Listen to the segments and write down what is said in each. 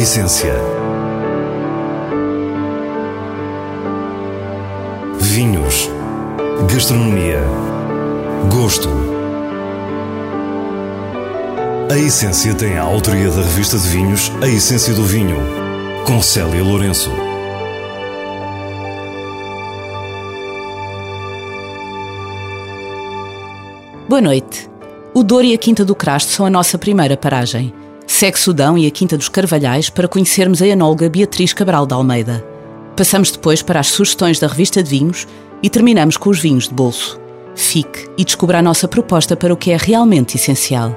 essência. Vinhos. Gastronomia. Gosto. A Essência tem a autoria da revista de vinhos A Essência do Vinho, com Célia Lourenço. Boa noite. O Douro e a Quinta do Crasto são a nossa primeira paragem. Segue Sudão e a Quinta dos Carvalhais para conhecermos a enóloga Beatriz Cabral de Almeida. Passamos depois para as sugestões da revista de vinhos e terminamos com os vinhos de bolso. Fique e descubra a nossa proposta para o que é realmente essencial.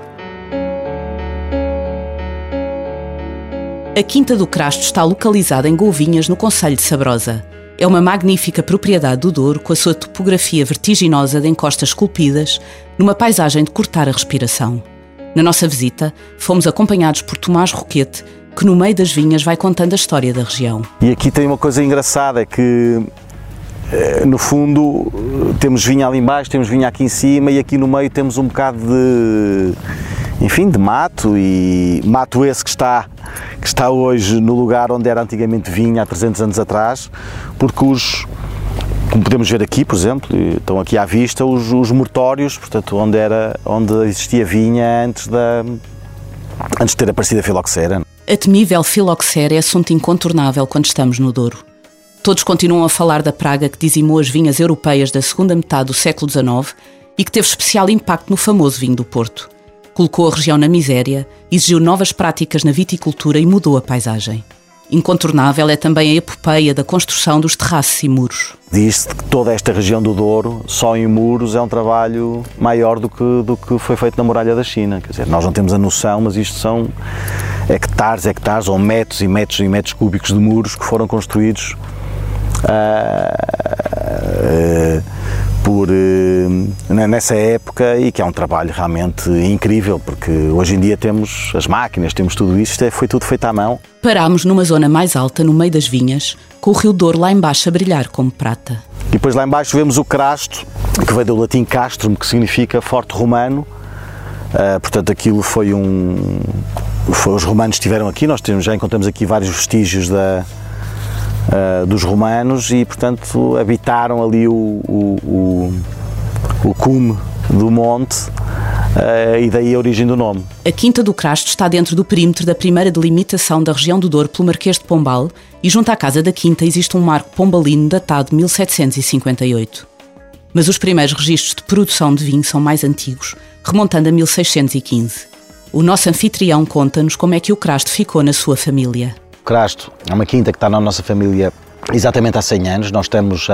A Quinta do Crasto está localizada em Golvinhas, no concelho de Sabrosa. É uma magnífica propriedade do Douro, com a sua topografia vertiginosa de encostas esculpidas, numa paisagem de cortar a respiração. Na nossa visita, fomos acompanhados por Tomás Roquete, que no meio das vinhas vai contando a história da região. E aqui tem uma coisa engraçada, é que no fundo temos vinha ali em baixo, temos vinha aqui em cima e aqui no meio temos um bocado de mato, e mato esse que está hoje no lugar onde era antigamente vinha há 300 anos atrás, porque como podemos ver aqui, por exemplo, estão aqui à vista os mortórios, portanto, onde existia vinha antes de ter aparecido a filoxera. A temível filoxera é assunto incontornável quando estamos no Douro. Todos continuam a falar da praga que dizimou as vinhas europeias da segunda metade do século XIX e que teve especial impacto no famoso vinho do Porto. Colocou a região na miséria, exigiu novas práticas na viticultura e mudou a paisagem. Incontornável é também a epopeia da construção dos terraços e muros. Diz-se que toda esta região do Douro, só em muros, é um trabalho maior do que foi feito na muralha da China. Quer dizer, nós não temos a noção, mas isto são hectares, ou metros e metros e metros cúbicos de muros que foram construídos nessa época, e que é um trabalho realmente incrível, porque hoje em dia temos as máquinas, temos tudo isso, foi tudo feito à mão. Parámos numa zona mais alta, no meio das vinhas, com o rio Douro lá embaixo a brilhar como prata. E depois lá embaixo vemos o crasto, que veio do latim castrum, que significa forte romano. Portanto, aquilo foi os romanos que estiveram aqui, nós já encontramos aqui vários vestígios dos romanos e, portanto, habitaram ali o cume do monte, e daí a origem do nome. A Quinta do Crasto está dentro do perímetro da primeira delimitação da região do Douro pelo Marquês de Pombal, e junto à casa da Quinta existe um marco pombalino datado de 1758. Mas os primeiros registros de produção de vinho são mais antigos, remontando a 1615. O nosso anfitrião conta-nos como é que o Crasto ficou na sua família. O Crasto é uma quinta que está na nossa família exatamente há 100 anos. Nós estamos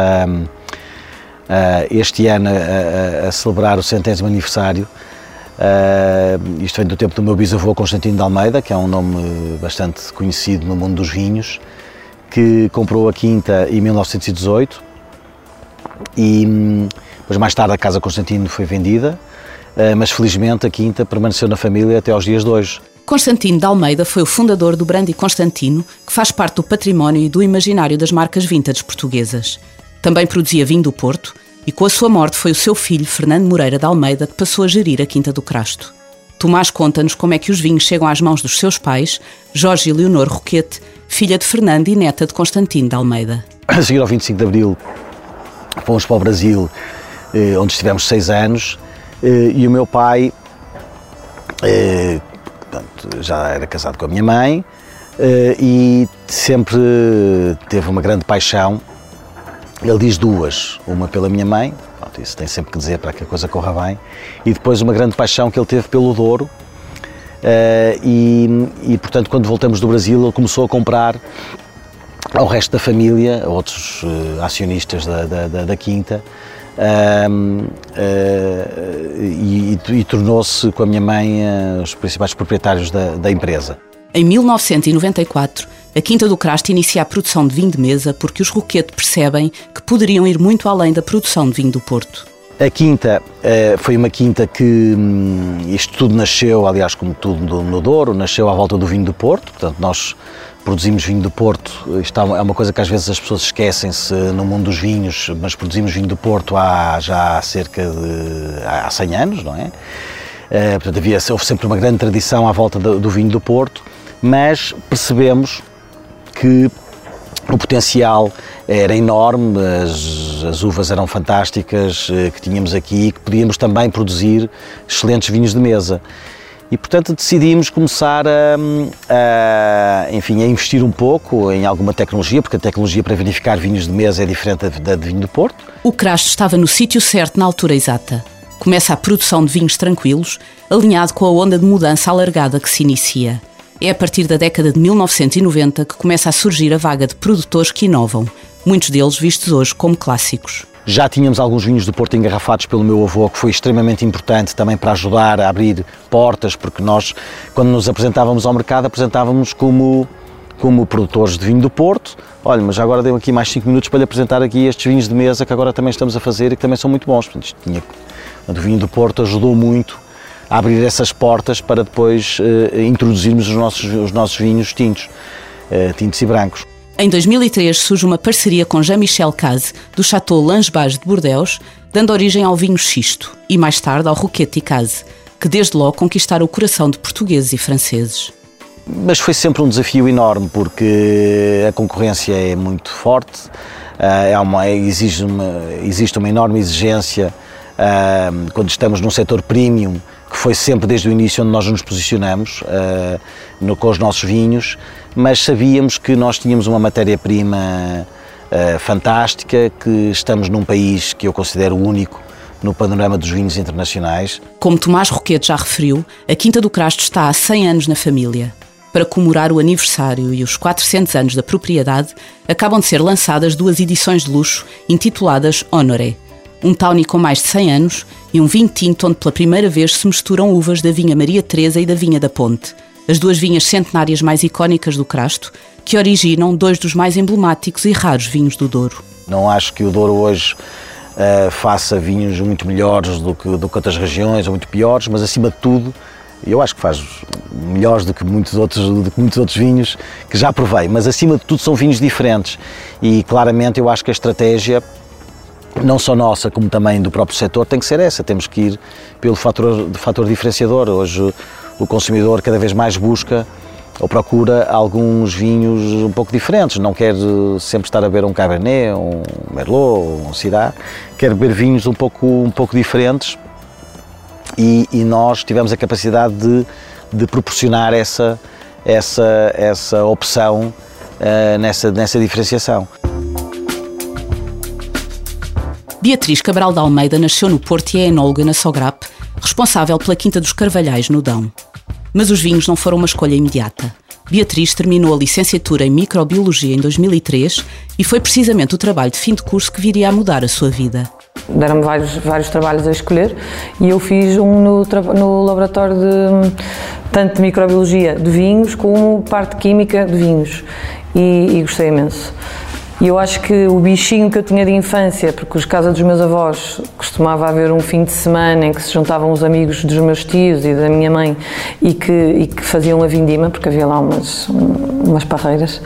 este ano a celebrar o 100º aniversário. Isto vem do tempo do meu bisavô Constantino de Almeida, que é um nome bastante conhecido no mundo dos vinhos, que comprou a quinta em 1918 e depois, mais tarde, a casa Constantino foi vendida, mas felizmente a quinta permaneceu na família até aos dias de hoje. Constantino de Almeida foi o fundador do Brandy Constantino, que faz parte do património e do imaginário das marcas vintage portuguesas. Também produzia vinho do Porto e, com a sua morte, foi o seu filho, Fernando Moreira de Almeida, que passou a gerir a Quinta do Crasto. Tomás conta-nos como é que os vinhos chegam às mãos dos seus pais, Jorge e Leonor Roquete, filha de Fernando e neta de Constantino de Almeida. A seguir ao 25 de Abril, fomos para o Brasil, onde estivemos 6 anos, e o meu pai já era casado com a minha mãe e sempre teve uma grande paixão. Ele diz duas, uma pela minha mãe, isso tem sempre que dizer para que a coisa corra bem, e depois uma grande paixão que ele teve pelo Douro, e portanto, quando voltamos do Brasil, ele começou a comprar ao resto da família, a outros acionistas da quinta, e tornou-se, com a minha mãe, os principais proprietários da empresa. Em 1994, a Quinta do Crasto inicia a produção de vinho de mesa porque os Roquete percebem que poderiam ir muito além da produção de vinho do Porto. A quinta foi uma quinta que, isto tudo nasceu, aliás, como tudo no Douro, nasceu à volta do vinho do Porto. Portanto, nós produzimos vinho do Porto. Isto é uma coisa que às vezes as pessoas esquecem-se no mundo dos vinhos, mas produzimos vinho do Porto já há cerca de 100 anos, não é? Portanto, houve sempre uma grande tradição à volta do vinho do Porto. mas percebemos que o potencial era enorme, as uvas eram fantásticas que tínhamos aqui e que podíamos também produzir excelentes vinhos de mesa. E, portanto, decidimos começar a investir um pouco em alguma tecnologia, porque a tecnologia para vinificar vinhos de mesa é diferente da de vinho do Porto. O Crasto estava no sítio certo na altura exata. Começa a produção de vinhos tranquilos, alinhado com a onda de mudança alargada que se inicia. É a partir da década de 1990 que começa a surgir a vaga de produtores que inovam, muitos deles vistos hoje como clássicos. Já tínhamos alguns vinhos do Porto engarrafados pelo meu avô, que foi extremamente importante também para ajudar a abrir portas, porque nós, quando nos apresentávamos ao mercado, apresentávamos como produtores de vinho do Porto. Olha, mas agora dei aqui mais 5 minutos para lhe apresentar aqui estes vinhos de mesa que agora também estamos a fazer e que também são muito bons. O vinho do Porto ajudou muito a abrir essas portas para depois introduzirmos os nossos vinhos tintos e brancos. Em 2003 surge uma parceria com Jean-Michel Cazes, do Château Langebage de Bordeaux, dando origem ao vinho Xisto e mais tarde ao Roquette Cazes, que desde logo conquistaram o coração de portugueses e franceses. Mas foi sempre um desafio enorme, porque a concorrência é muito forte, existe uma enorme exigência quando estamos num setor premium, que foi sempre desde o início onde nós nos posicionamos com os nossos vinhos, mas sabíamos que nós tínhamos uma matéria-prima fantástica, que estamos num país que eu considero único no panorama dos vinhos internacionais. Como Tomás Roquette já referiu, a Quinta do Crasto está há 100 anos na família. Para comemorar o aniversário e os 400 anos da propriedade, acabam de ser lançadas 2 edições de luxo intituladas Honoré. Um tawny com mais de 100 anos e um vinho tinto onde pela primeira vez se misturam uvas da vinha Maria Teresa e da vinha da Ponte, as 2 vinhas centenárias mais icónicas do Crasto, que originam 2 dos mais emblemáticos e raros vinhos do Douro. Não acho que o Douro hoje faça vinhos muito melhores do que outras regiões, ou muito piores, mas acima de tudo, eu acho que faz melhores do que muitos outros vinhos que já provei, mas acima de tudo são vinhos diferentes e claramente eu acho que a estratégia, não só nossa, como também do próprio setor, tem que ser essa. Temos que ir pelo fator diferenciador. Hoje o consumidor cada vez mais busca ou procura alguns vinhos um pouco diferentes. Não quer sempre estar a beber um Cabernet, um Merlot, um Syrah. Quer beber vinhos um pouco diferentes e nós tivemos a capacidade de proporcionar essa opção nessa diferenciação. Beatriz Cabral de Almeida nasceu no Porto e é enóloga na Sograp, responsável pela Quinta dos Carvalhais, no Dão. Mas os vinhos não foram uma escolha imediata. Beatriz terminou a licenciatura em Microbiologia em 2003 e foi precisamente o trabalho de fim de curso que viria a mudar a sua vida. Deram-me vários trabalhos a escolher e eu fiz um no laboratório tanto de microbiologia de vinhos como parte química de vinhos e gostei imenso. E eu acho que o bichinho que eu tinha de infância, porque os casas dos meus avós costumava haver um fim de semana em que se juntavam os amigos dos meus tios e da minha mãe e que faziam a vindima, porque havia lá umas parreiras.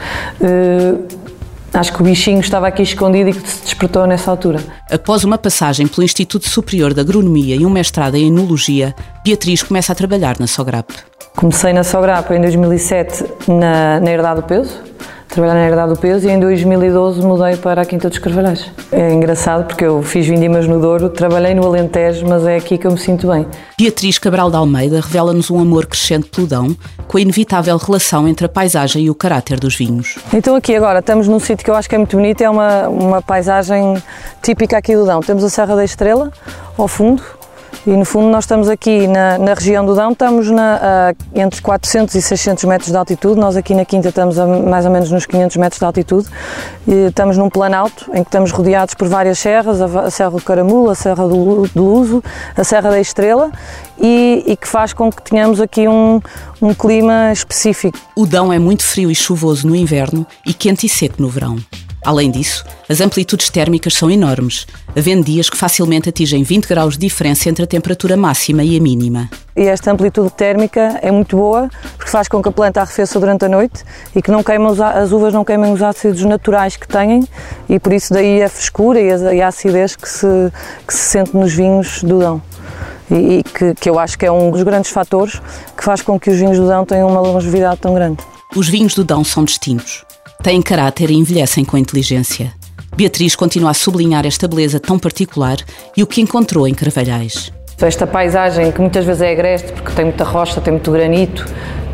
Acho que o bichinho estava aqui escondido e que se despertou nessa altura. Após uma passagem pelo Instituto Superior de Agronomia e um mestrado em Enologia, Beatriz começa a trabalhar na Sograp. Comecei na Sograp em 2007 na Herdade do Peso. Trabalhar na Herdade do Peso e em 2012 mudei para a Quinta dos Carvalhais. É engraçado porque eu fiz vindimas no Douro, trabalhei no Alentejo, mas é aqui que eu me sinto bem. Beatriz Cabral de Almeida revela-nos um amor crescente pelo Dão, com a inevitável relação entre a paisagem e o caráter dos vinhos. Então aqui agora estamos num sítio que eu acho que é muito bonito, é uma paisagem típica aqui do Dão. Temos a Serra da Estrela ao fundo. E no fundo nós estamos aqui na região do Dão, estamos entre 400 e 600 metros de altitude, nós aqui na Quinta estamos mais ou menos nos 500 metros de altitude, e estamos num planalto em que estamos rodeados por várias serras, a Serra do Caramulo, a Serra do Luso, a Serra da Estrela, e que faz com que tenhamos aqui um clima específico. O Dão é muito frio e chuvoso no inverno e quente e seco no verão. Além disso, as amplitudes térmicas são enormes, havendo dias que facilmente atingem 20 graus de diferença entre a temperatura máxima e a mínima. E esta amplitude térmica é muito boa porque faz com que a planta arrefeça durante a noite e que as uvas não queimem os ácidos naturais que têm e por isso daí a frescura e a acidez que se sente nos vinhos do Dão. E que eu acho que é um dos grandes fatores que faz com que os vinhos do Dão tenham uma longevidade tão grande. Os vinhos do Dão são distintos. Têm caráter e envelhecem com inteligência. Beatriz continua a sublinhar esta beleza tão particular e o que encontrou em Carvalhais. Esta paisagem que muitas vezes é agreste, porque tem muita rocha, tem muito granito,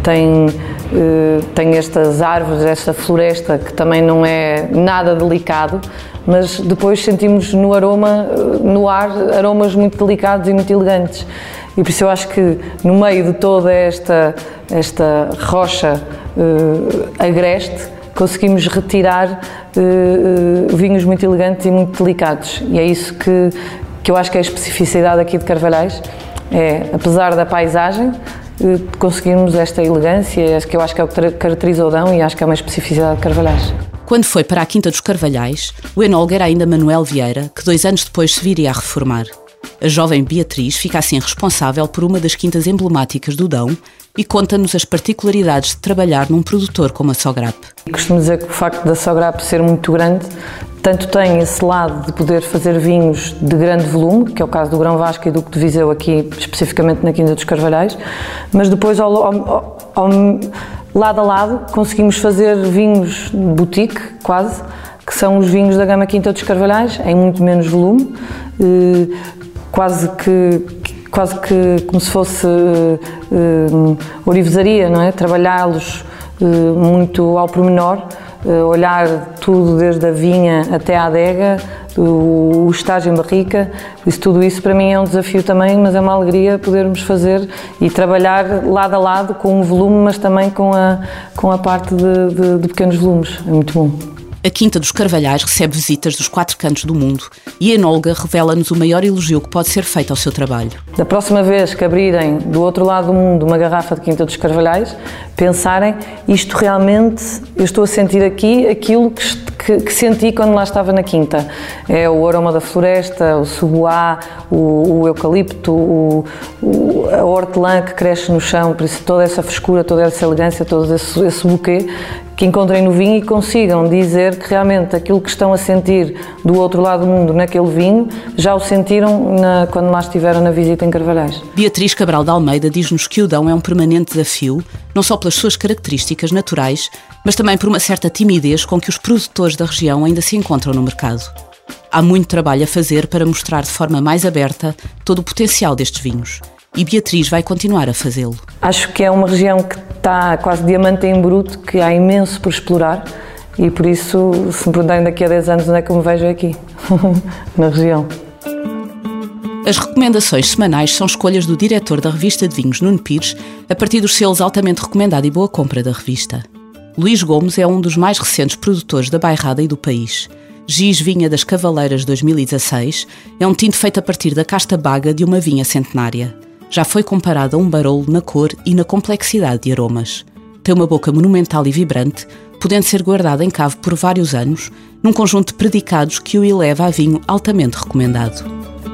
tem estas árvores, esta floresta que também não é nada delicado, mas depois sentimos no aroma, no ar, aromas muito delicados e muito elegantes. E por isso eu acho que no meio de toda esta rocha agreste, conseguimos retirar vinhos muito elegantes e muito delicados. E é isso que eu acho que é a especificidade aqui de Carvalhais, apesar da paisagem, conseguirmos esta elegância, que eu acho que é o que caracteriza o Dão e acho que é uma especificidade de Carvalhais. Quando foi para a Quinta dos Carvalhais, o enólogo era ainda Manuel Vieira, que 2 anos depois se viria a reformar. A jovem Beatriz fica assim responsável por uma das quintas emblemáticas do Dão e conta-nos as particularidades de trabalhar num produtor como a Sograp. Costumo dizer que o facto da Sograp ser muito grande, tanto tem esse lado de poder fazer vinhos de grande volume, que é o caso do Grão Vasco e do Duque de Viseu aqui, especificamente na Quinta dos Carvalhais, mas depois lado a lado conseguimos fazer vinhos de boutique, quase, que são os vinhos da gama Quinta dos Carvalhais, em muito menos volume, quase que como se fosse ourivesaria, não é? Trabalhá-los muito ao pormenor, olhar tudo desde a vinha até à adega, o estágio em barrica, tudo isso para mim é um desafio também, mas é uma alegria podermos fazer e trabalhar lado a lado com o volume, mas também com a parte de pequenos volumes, é muito bom. A Quinta dos Carvalhais recebe visitas dos 4 cantos do mundo e a enóloga revela-nos o maior elogio que pode ser feito ao seu trabalho. Da próxima vez que abrirem do outro lado do mundo uma garrafa de Quinta dos Carvalhais, pensarem, isto realmente, eu estou a sentir aqui aquilo que senti quando lá estava na Quinta. É o aroma da floresta, o suboá, o eucalipto, a hortelã que cresce no chão, por isso toda essa frescura, toda essa elegância, todo esse buquê que encontrem no vinho e consigam dizer que realmente aquilo que estão a sentir do outro lado do mundo naquele vinho, já o sentiram quando lá estiveram na visita em Carvalhais. Beatriz Cabral de Almeida diz-nos que o Dão é um permanente desafio, não só pelas suas características naturais, mas também por uma certa timidez com que os produtores da região ainda se encontram no mercado. Há muito trabalho a fazer para mostrar de forma mais aberta todo o potencial destes vinhos. E Beatriz vai continuar a fazê-lo. Acho que é uma região que está quase diamante em bruto, que há imenso por explorar e por isso, se me perguntarem daqui a 10 anos onde é que eu me vejo aqui, na região. As recomendações semanais são escolhas do diretor da revista de vinhos, Nuno Pires, a partir dos selos altamente recomendado e boa compra da revista. Luís Gomes é um dos mais recentes produtores da bairrada e do país. Giz Vinha das Cavaleiras 2016 é um tinto feito a partir da casta baga de uma vinha centenária. Já foi comparado a um Barolo na cor e na complexidade de aromas. Tem uma boca monumental e vibrante, podendo ser guardado em cave por vários anos, num conjunto de predicados que o eleva a vinho altamente recomendado.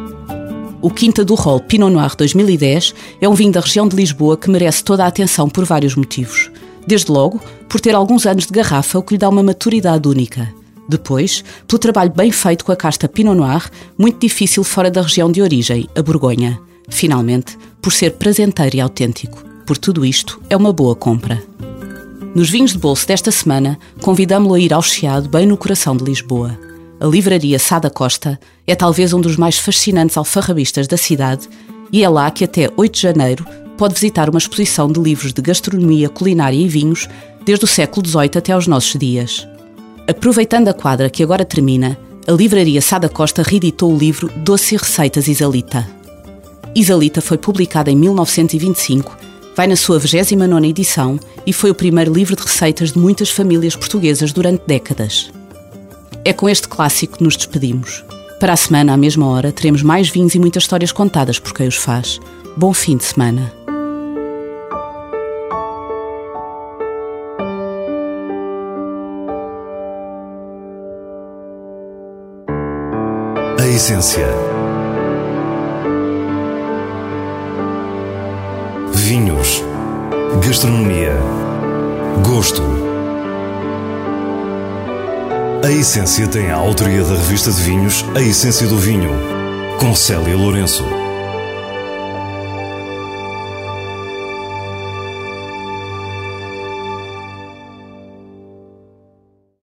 O Quinta do Rol Pinot Noir 2010 é um vinho da região de Lisboa que merece toda a atenção por vários motivos. Desde logo, por ter alguns anos de garrafa, o que lhe dá uma maturidade única. Depois, pelo trabalho bem feito com a casta Pinot Noir, muito difícil fora da região de origem, a Borgonha. Finalmente, por ser prazenteiro e autêntico. Por tudo isto, é uma boa compra. Nos vinhos de bolso desta semana, convidamo-lo a ir ao Chiado, bem no coração de Lisboa. A livraria Sá da Costa é talvez um dos mais fascinantes alfarrabistas da cidade e é lá que até 8 de janeiro pode visitar uma exposição de livros de gastronomia, culinária e vinhos desde o século XVIII até aos nossos dias. Aproveitando a quadra que agora termina, a livraria Sá da Costa reeditou o livro Doce e Receitas Isalita. Isalita foi publicada em 1925, vai na sua 29ª edição e foi o primeiro livro de receitas de muitas famílias portuguesas durante décadas. É com este clássico que nos despedimos. Para a semana, à mesma hora, teremos mais vinhos e muitas histórias contadas por quem os faz. Bom fim de semana. A essência. Vinhos, gastronomia, gosto. A Essência tem a autoria da revista de vinhos A Essência do Vinho, com Célia Lourenço.